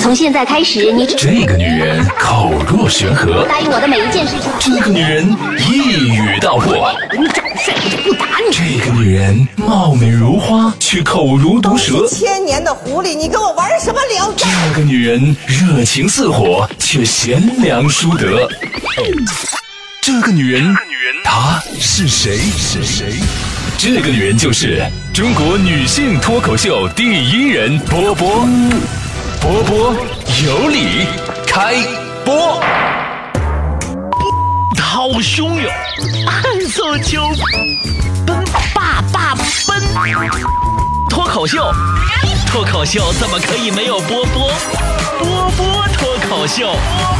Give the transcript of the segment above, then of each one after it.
从现在开始，你这个女人口若悬河， 答应我的每一件事情。 这个女人一语道破， 你长得帅，我就不打你。 这个女人貌美如花，却口如毒蛇。 1000年的狐狸，你跟我玩什么聊斋？ 这个女人热情似火，却贤良淑德。这个女人，她是谁？这个女人就是中国女性脱口秀第一人波波。波波有理，开播。 好汹涌，暗搜秋，奔爸爸奔。脱口秀怎么可以没有波波？波波脱口秀。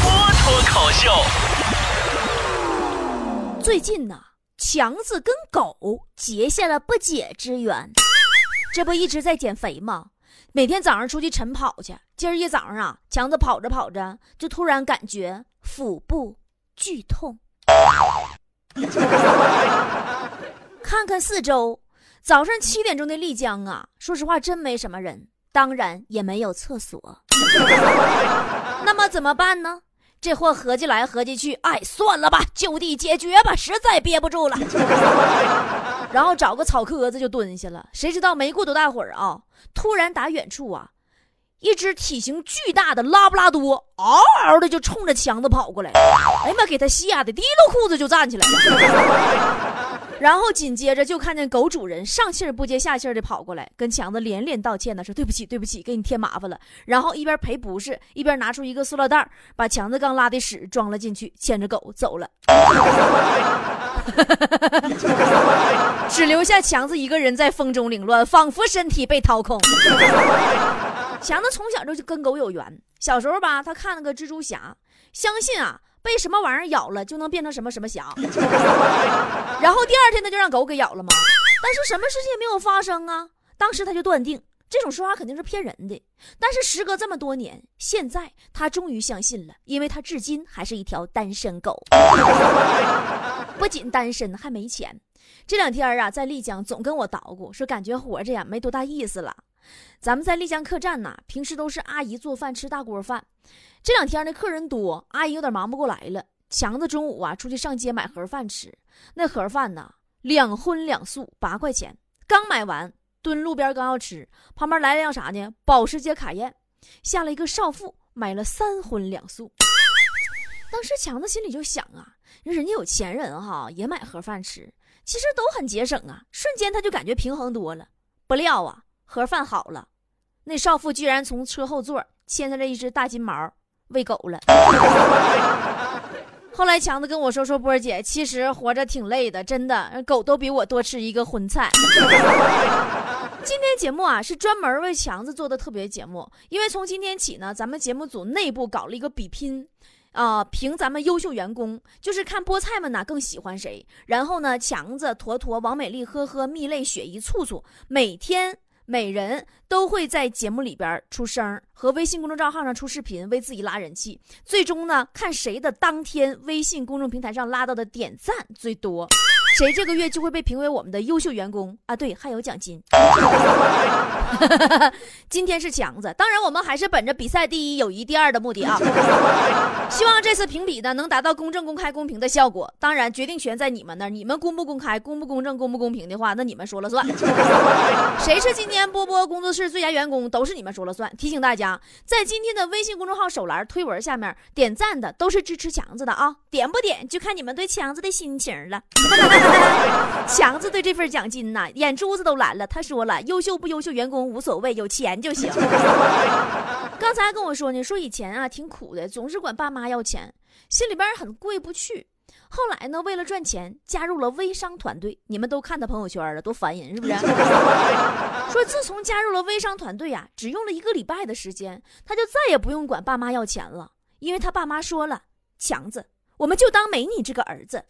最近呢，强子跟狗结下了不解之缘。这不一直在减肥吗？每天早上出去晨跑去。今儿一早上啊，强子跑着跑着就突然感觉腹部剧痛。看看四周，早上7点钟的丽江啊，说实话真没什么人，当然也没有厕所。那么怎么办呢？这货合计来合计去，算了吧，就地解决吧，实在憋不住了。然后找个草棵子就蹲下了。谁知道没过多大会儿啊，突然打远处啊，一只体型巨大的拉布拉多嗷嗷的就冲着强子跑过来。哎呀妈，给他吓得提溜裤子就站起来了。然后紧接着就看见狗主人上气儿不接下气儿的跑过来，跟强子连连道歉呢，说对不起给你添麻烦了。然后一边赔不是，一边拿出一个塑料袋，把强子刚拉的屎装了进去，牵着狗走了。只留下强子一个人在风中凌乱，仿佛身体被掏空。强子从小就跟狗有缘，小时候吧，他看了个蜘蛛侠，相信啊被什么玩意儿咬了就能变成什么什么侠。然后第二天他就让狗给咬了嘛，但是什么事情也没有发生啊。当时他就断定这种说法肯定是骗人的，但是时隔这么多年，现在他终于相信了，因为他至今还是一条单身狗。不仅单身还没钱。这两天啊，在丽江总跟我捣鼓说感觉活着呀没多大意思了。咱们在丽江客栈呢，平时都是阿姨做饭吃大锅饭，这两天呢客人多，阿姨有点忙不过来了。强子中午啊出去上街买盒饭吃，那盒饭呢2荤2素8块钱，刚买完蹲路边刚要吃，旁边来了辆啥呢？保时捷卡宴，下了一个少妇买了3荤2素。当时强子心里就想啊，人家有钱人哈也买盒饭吃，其实都很节省啊，瞬间他就感觉平衡多了。不料啊，盒饭好了，那少妇居然从车后座牵下来一只大金毛喂狗了。后来强子跟我说波儿姐，其实活着挺累的，真的，狗都比我多吃一个荤菜。今天节目啊是专门为强子做的特别节目，因为从今天起呢，咱们节目组内部搞了一个比拼。评咱们优秀员工，就是看菠菜们哪更喜欢谁。然后呢，强子、坨坨、王美丽、呵呵、蜜泪、雪姨、醋醋，每天每人都会在节目里边出声，和微信公众账号上出视频，为自己拉人气。最终呢，看谁的当天微信公众平台上拉到的点赞最多，谁这个月就会被评为我们的优秀员工啊！对，还有奖金。今天是强子，当然我们还是本着比赛第一友谊第二的目的啊。希望这次评比呢能达到公正公开公平的效果，当然决定权在你们那儿，你们公不公开公不公正公不公平的话，那你们说了算。谁是今天波波工作室最佳员工都是你们说了算。提醒大家，在今天的微信公众号首栏推文下面点赞的都是支持强子的啊，点不点就看你们对强子的心情了。强子对这份奖金呐眼珠子都蓝了，他说了，优秀不优秀员工无所谓，有钱就行。刚才跟我说呢，说以前啊挺苦的，总是管爸妈要钱，心里边很过意不去。后来呢，为了赚钱加入了微商团队，你们都看他朋友圈了，多烦人是不是？说自从加入了微商团队啊，只用了1个礼拜的时间，他就再也不用管爸妈要钱了，因为他爸妈说了，强子我们就当没你这个儿子。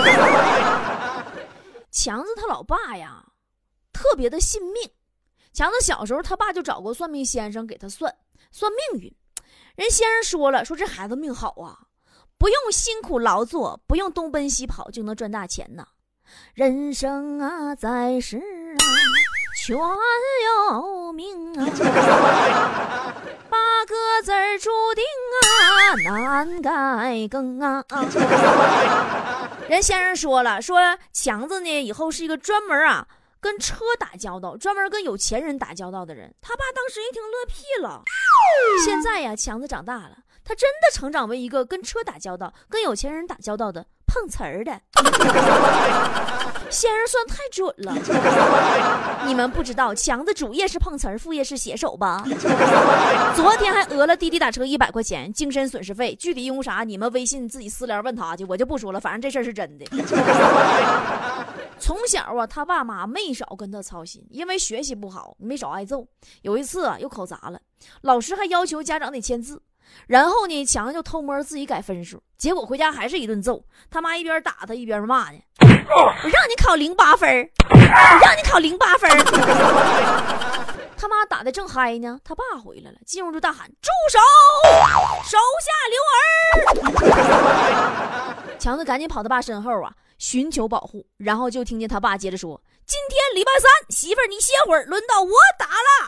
强子他老爸呀特别的信命，强子小时候他爸就找过算命先生给他算命运，人先生说了，说这孩子命好啊，不用辛苦劳作，不用东奔西跑就能赚大钱呐。人生啊在世啊全有命啊，把个字儿注定难改更啊。人先生说了，说强子呢以后是一个专门跟车打交道，专门跟有钱人打交道的人。他爸当时一听乐屁了。现在强子长大了，他真的成长为一个跟车打交道、跟有钱人打交道的碰瓷儿的。先生算太准了。你们不知道强子主业是碰瓷儿，副业是写手吧？昨天还讹了滴滴打车100块钱精神损失费，具体因为啥你们微信自己私聊问他去，我就不说了，反正这事儿是真的。从小他爸妈没少跟他操心，因为学习不好没少挨揍。有一次又考砸了，老师还要求家长得签字，然后呢强就偷摸自己改分数，结果回家还是一顿揍。他妈一边打他一边骂呢，我让你考08分，我让你考08分。他妈打的正嗨呢，他爸回来了，进屋就大喊，住手，手下留儿。强子赶紧跑他爸身后寻求保护，然后就听见他爸接着说，今天礼拜3，媳妇儿你歇会儿，轮到我打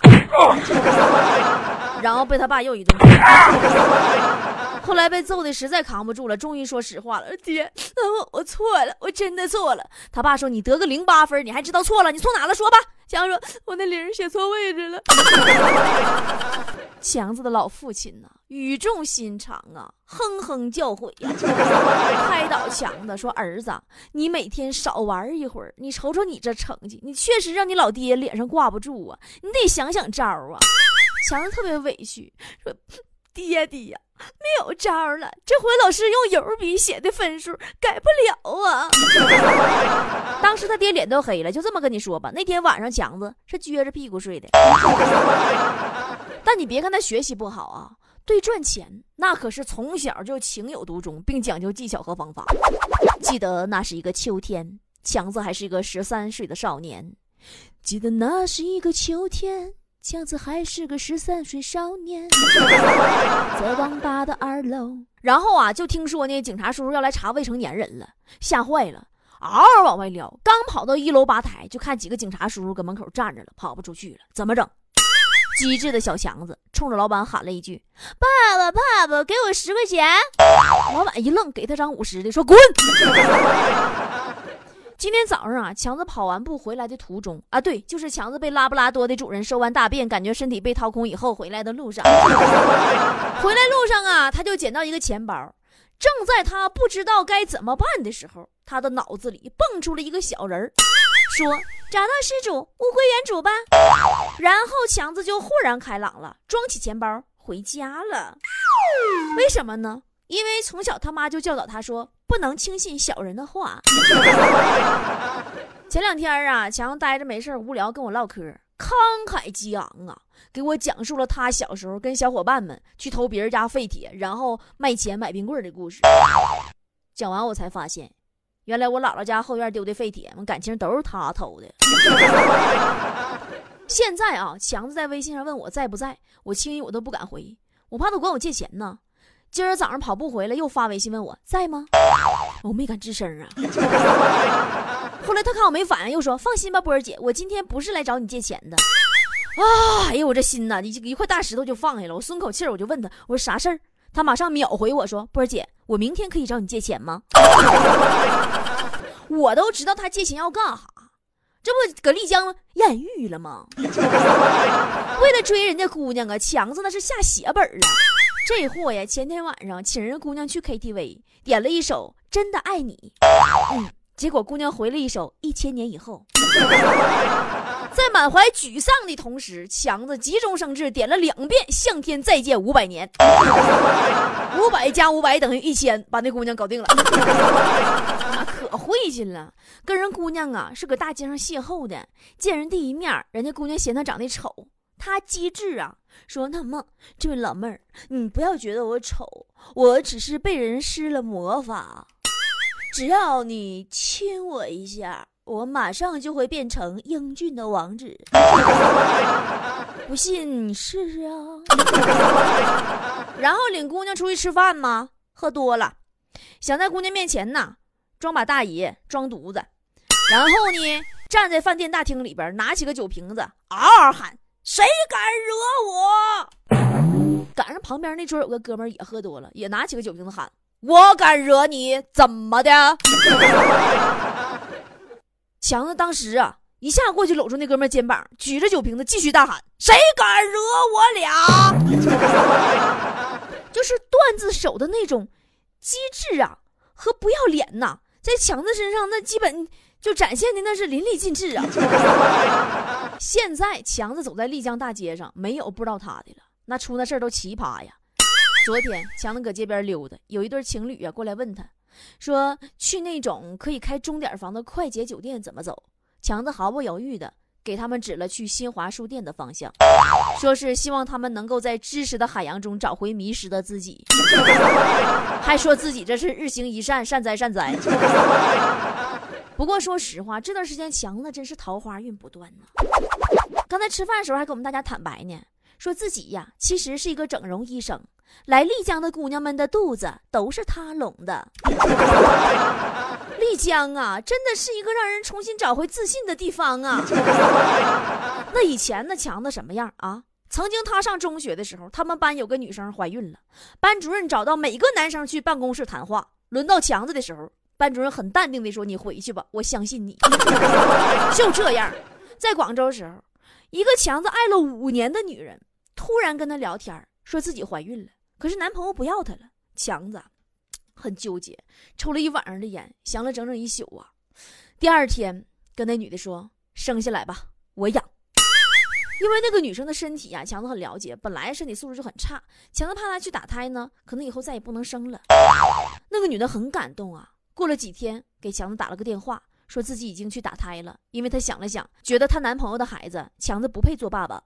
了。然后被他爸又一顿揍。后来被揍的实在扛不住了，终于说实话了，爹，我错了，我真的错了。他爸说，你得个08分，你还知道错了？你错哪了？说吧。强说，我那0写错位置了。强子的老父亲语重心长哼哼教诲开导强子说，儿子，你每天少玩一会儿，你瞅瞅你这成绩，你确实让你老爹脸上挂不住你得想想招强子特别委屈说，爹呀，没有招了，这回老师用油笔写的分数改不了当时他爹脸都黑了，就这么跟你说吧，那天晚上强子是撅着屁股睡的。但你别看他学习不好对赚钱那可是从小就情有独钟，并讲究技巧和方法。记得那是一个秋天，强子还是一个13岁的少年。记得那是一个秋天，强子还是个13岁少年，在网吧的2楼。然后就听说呢，警察叔叔要来查未成年人了，吓坏了，嗷嗷往外撩。刚跑到1楼吧台，就看几个警察叔叔搁门口站着了，跑不出去了。怎么整？机智的小强子冲着老板喊了一句，爸爸给我10块钱。老板一愣，给他张50的，说滚。今天早上强子跑完步回来的途中对，就是强子被拉布拉多的主人收完大便，感觉身体被掏空以后回来的路上。回来路上他就捡到一个钱包。正在他不知道该怎么办的时候，他的脑子里蹦出了一个小人儿，说找到失主，物归原主吧。然后强子就豁然开朗了，装起钱包回家了。为什么呢？因为从小他妈就教导他说，不能轻信小人的话。前2天强待着没事无聊跟我唠嗑，慷慨激昂给我讲述了他小时候跟小伙伴们去偷别人家废铁，然后卖钱买冰棍的故事。讲完我才发现，原来我姥姥家后院丢的废铁感情都是他偷的。现在强子在微信上问我在不在，我轻易我都不敢回，我怕他管我借钱呢。今儿早上跑步回来又发微信问我在吗，我没敢吱声后来他看我没反应，又说放心吧波儿姐，我今天不是来找你借钱的。哎呦我这心一块大石头就放下了。我松口气，我就问他，我说啥事儿？他马上秒回我说，波儿姐，我明天可以找你借钱吗？我都知道他借钱要干哈，这不搁丽江艳遇了吗？为了追人家姑娘强子那是下血本了。这货呀，前天晚上请人姑娘去 KTV， 点了一首真的爱你，结果姑娘回了一首1000年以后。在满怀沮丧的同时，强子急中生智点了2遍向天再借500年，500加500等于1000，把那姑娘搞定了。可会劲了，跟人姑娘是搁大街上邂逅的，见人第一面，人家姑娘嫌他长得丑，他机智说那么这位老妹儿，你不要觉得我丑，我只是被人施了魔法，只要你亲我一下，我马上就会变成英俊的王子。不信你试试然后领姑娘出去吃饭嘛，喝多了，想在姑娘面前装把大爷装犊子，然后呢站在饭店大厅里边，拿起个酒瓶子嗷嗷喊， 谁敢惹我？赶上旁边那桌有个哥们儿也喝多了，也拿起个酒瓶子喊：我敢惹你，怎么的？强子当时啊，一下过去搂住那哥们儿肩膀，举着酒瓶子继续大喊：谁敢惹我俩？就是段子手的那种机智啊和不要脸呐，在强子身上那基本就展现的那是淋漓尽致啊。现在强子走在丽江大街上，没有不知道他的了，那出那事儿都奇葩呀。昨天强子搁街边溜达，有一对情侣啊过来问他，说去那种可以开钟点房的快捷酒店怎么走。强子毫不犹豫的给他们指了去新华书店的方向，说是希望他们能够在知识的海洋中找回迷失的自己，还说自己这是日行一善，善哉善哉。不过说实话，这段时间强子真是桃花运不断呢。刚才吃饭的时候还跟我们大家坦白呢，说自己呀其实是一个整容医生，来丽江的姑娘们的肚子都是他隆的。丽江啊，真的是一个让人重新找回自信的地方啊。那以前那强子什么样啊？曾经他上中学的时候，他们班有个女生怀孕了，班主任找到每个男生去办公室谈话，轮到强子的时候，班主任很淡定地说：你回去吧，我相信你。就这样，在广州的时候，一个强子爱了5年的女人突然跟他聊天，说自己怀孕了，可是男朋友不要她了。强子很纠结，抽了一晚上的烟，想了整整一宿啊。第二天跟那女的说：生下来吧，我养。因为那个女生的身体啊，强子很了解，本来身体素质就很差，强子怕她去打胎呢，可能以后再也不能生了。那个女的很感动啊，过了几天给强子打了个电话，说自己已经去打胎了，因为她想了想，觉得她男朋友的孩子强子不配做爸爸。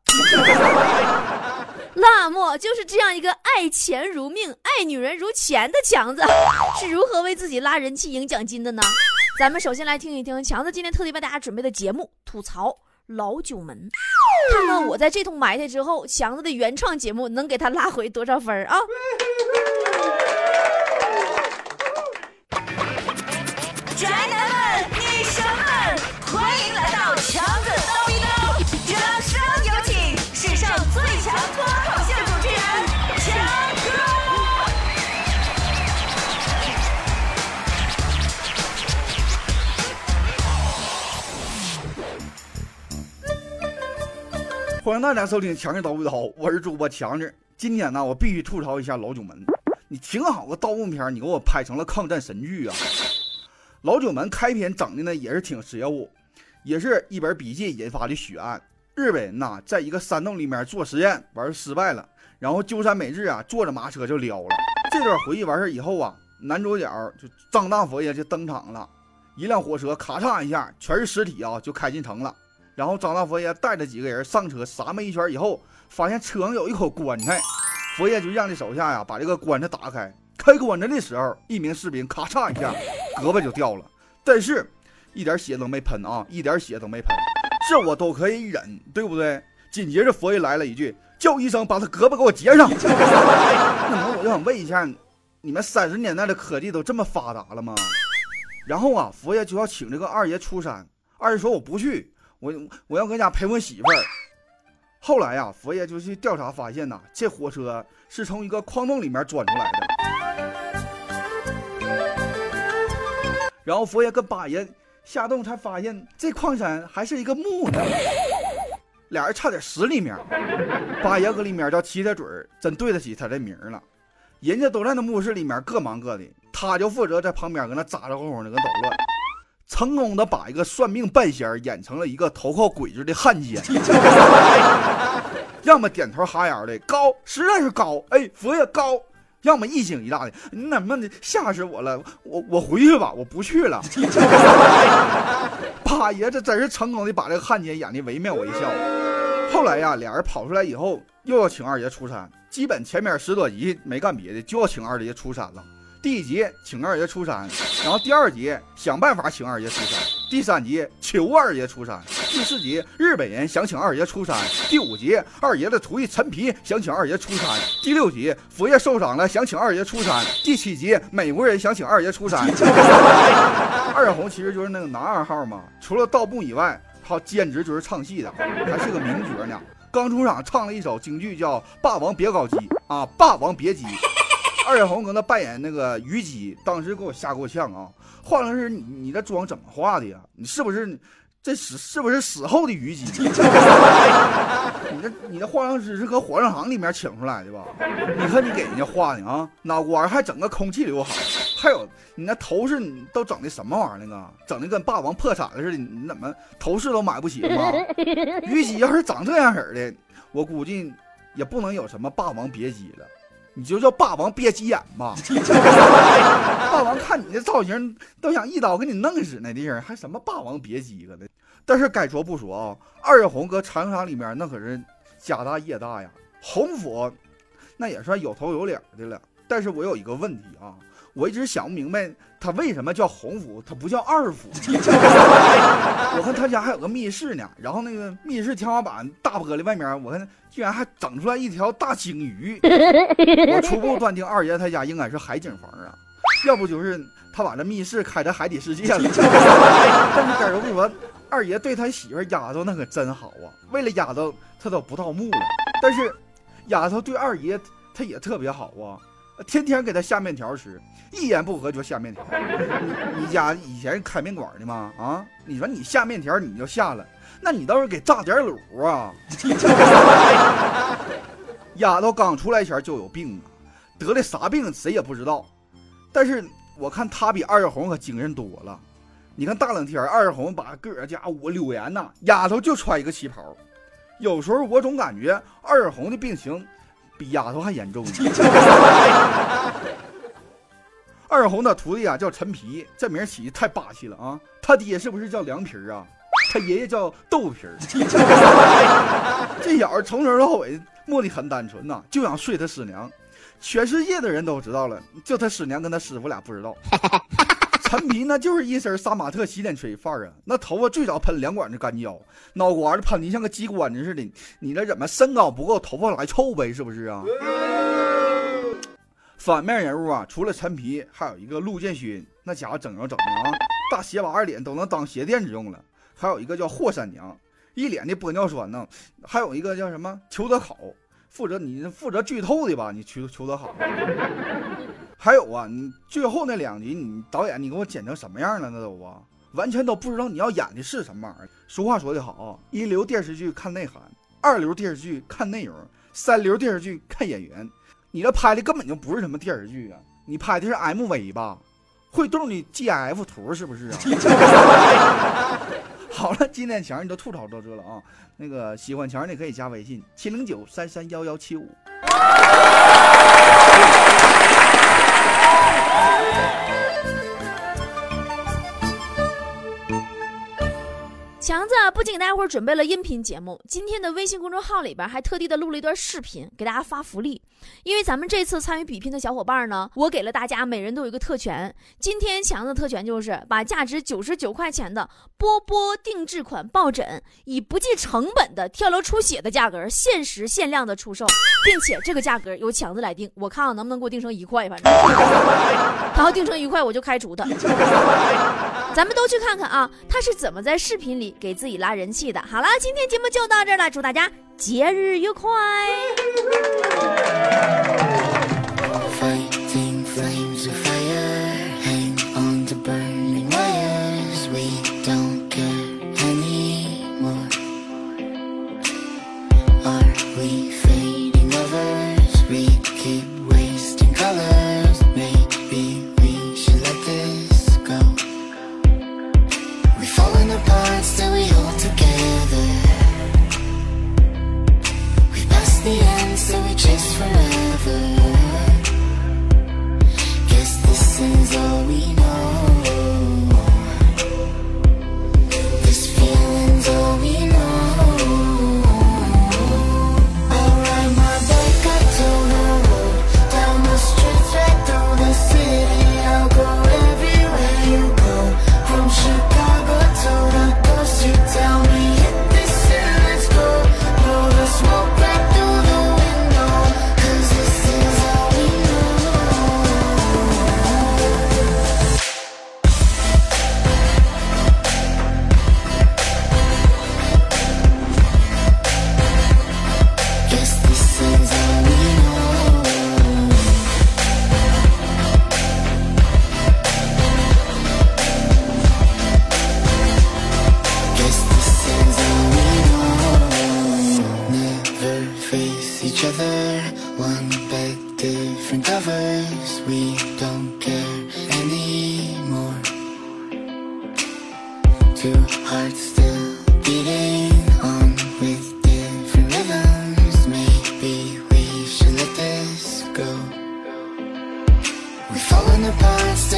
那么就是这样一个爱钱如命、爱女人如钱的强子，是如何为自己拉人气赢奖金的呢？咱们首先来听一听强子今天特地为大家准备的节目，吐槽老九门，看看我在这通埋汰之后，强子的原创节目能给他拉回多少分啊？ 宅男们、女神们，欢迎来到强子叨一叨，掌声有请史上最强脱口秀主持人强哥。 欢迎大家收听强哥叨不叨，我是主播强子。今天呢，我必须吐槽一下老九门。你挺好个盗墓片，你给我拍成了抗战神剧啊！老九门开篇整的呢也是挺邪乎，也是一本笔记引发的血案。日本人呐，在一个山洞里面做实验，玩失败了，然后鸠山美智啊坐着马车就撩了。这段回忆完事以后啊，男主角就张大佛爷就登场了，一辆火车咔嚓一下，全是尸体啊，就开进城了。然后张大佛爷带着几个人上车，撒么一圈以后，发现车上有一口棺材，佛爷就让这手下呀把这个棺材打开。开棺材的时候，一名士兵咔嚓一下，胳膊就掉了，但是一点血都没喷啊，一点血都没喷，这我都可以忍，对不对？紧接着佛爷来了一句：“叫医生把他胳膊给我截上。”那么我就想问一下，你们30年代的科技都这么发达了吗？然后啊，佛爷就要请这个二爷出山，二爷说我不去。我要搁家陪我媳妇儿。后来呀，佛爷就去调查发现呐，这火车是从一个矿洞里面钻出来的。然后佛爷跟八爷下洞才发现，这矿山还是一个墓呢，俩人差点死里面。八爷搁里面叫七彩嘴，真对得起他这名了。人家都在那墓室里面各忙各的，他就负责在旁边搁那咋咋呼呼的跟捣乱。成功的把一个算命半仙演成了一个投靠鬼子的汉奸，要么点头哈腰的高，实在是高，哎，佛爷高，要么一惊一乍的，你怎么的吓死我了，我回去吧，我不去了。八爷这真是成功的把这个汉奸演的惟妙惟肖。后来呀，俩人跑出来以后，又要请二爷出山，基本前面10多集没干别的，就要请二爷出山了。第1集请二爷出山，然后第2集想办法请二爷出山，第3集求二爷出山，第4集日本人想请二爷出山，第5集二爷的徒弟陈皮想请二爷出山，第6集佛爷受伤了想请二爷出山，第7集美国人想请二爷出山。二红其实就是那个男2号嘛，除了盗墓以外，他兼职就是唱戏的，还是个名角呢。 刚出场唱了一首京剧叫《霸王别高鸡》啊，《霸王别姬》。二爷红搁那扮演那个虞姬，当时给我吓够呛啊！化妆师，你这妆怎么化的呀？你是不是是不是死后的虞姬？你的化妆师是搁火葬场里面请出来的吧？你看你给人家画的啊，脑瓜还整个空气刘海，还有你那头饰你都整的什么玩意儿呢？整的跟霸王破产了似的，你怎么头饰都买不起吗？虞姬要是长这样式的，我估计也不能有什么霸王别姬了。你就叫霸王别急眼吧，霸王看你的造型都想一刀给你弄死那地方，还什么霸王别姬个的。但是该说不说啊，二爷红搁长沙里面那可是家大业大呀，红府那也算有头有脸的了。但是我有一个问题啊，我一直想不明白他为什么叫红府，他不叫二府。我看他家还有个密室呢，然后那个密室天花板大玻璃外面，我看居然还整出来一条大鲸鱼。我初步断定二爷他家应该是海景房啊，要不就是他把这密室开在海底世界了。但是该说不说，二爷对他媳妇丫头那可真好啊，为了丫头他都不盗墓了。但是丫头对二爷他也特别好啊，天天给他下面条吃，一言不合就下面条。你家以前开面馆的吗？啊，你说你下面条你就下了，那你倒是给炸点卤啊！丫头刚出来前就有病啊，得了啥病谁也不知道。但是我看他比二爷红可精神多了。你看大冷天，二爷红把个家我留言呐，丫头就穿一个旗袍。有时候我总感觉二爷红的病情比丫头还严重。二红的徒弟啊叫陈皮，这名起的太霸气了啊！他爹是不是叫凉皮啊？他爷爷叫豆皮。这小子从头到尾目的很单纯呐，就想睡他师娘。全世界的人都知道了，就他师娘跟他师傅俩不知道。陈皮那就是一身杀马特洗脸吹范儿啊，那头发最少喷2管子干胶，脑瓜子喷的像个鸡冠子似的。你这怎么身高不够，头发来臭呗？是不是啊？反面人物啊，除了陈皮，还有一个陆建勋，那家伙整的啊，大鞋娃脸都能当鞋垫子用了。还有一个叫霍三娘，一脸的玻尿酸呢。还有一个叫什么裘德考，负责剧透的吧？你裘德考。还有啊，你最后那2集，你导演你给我剪成什么样了？那都啊，完全都不知道你要演的是什么玩意儿。俗话说得好，一流电视剧看内涵，2流电视剧看内容，3流电视剧看演员。你这拍的根本就不是什么电视剧啊，你拍的是 MV 吧？会动的 GIF 图是不是啊？好了，今天强你都吐槽到这了啊。那个喜欢强你可以加微信709331175。 强子不仅给大家伙准备了音频节目，今天的微信公众号里边还特地的录了一段视频给大家发福利。因为咱们这次参与比拼的小伙伴呢，我给了大家每人都有一个特权。今天强子的特权就是把价值99块钱的波波定制款抱枕以不计成本的跳楼出血的价格限时限量的出售，并且这个价格由强子来定，我看看能不能给我定成1块，反正然后定成1块我就开除他。咱们都去看看啊，他是怎么在视频里给自己拉人气的。好了，今天节目就到这儿了，祝大家节日愉快。 Streets different covers, we don't care anymore. Two hearts still beating on with different rhythms. Maybe we should let this go. We've fallen apart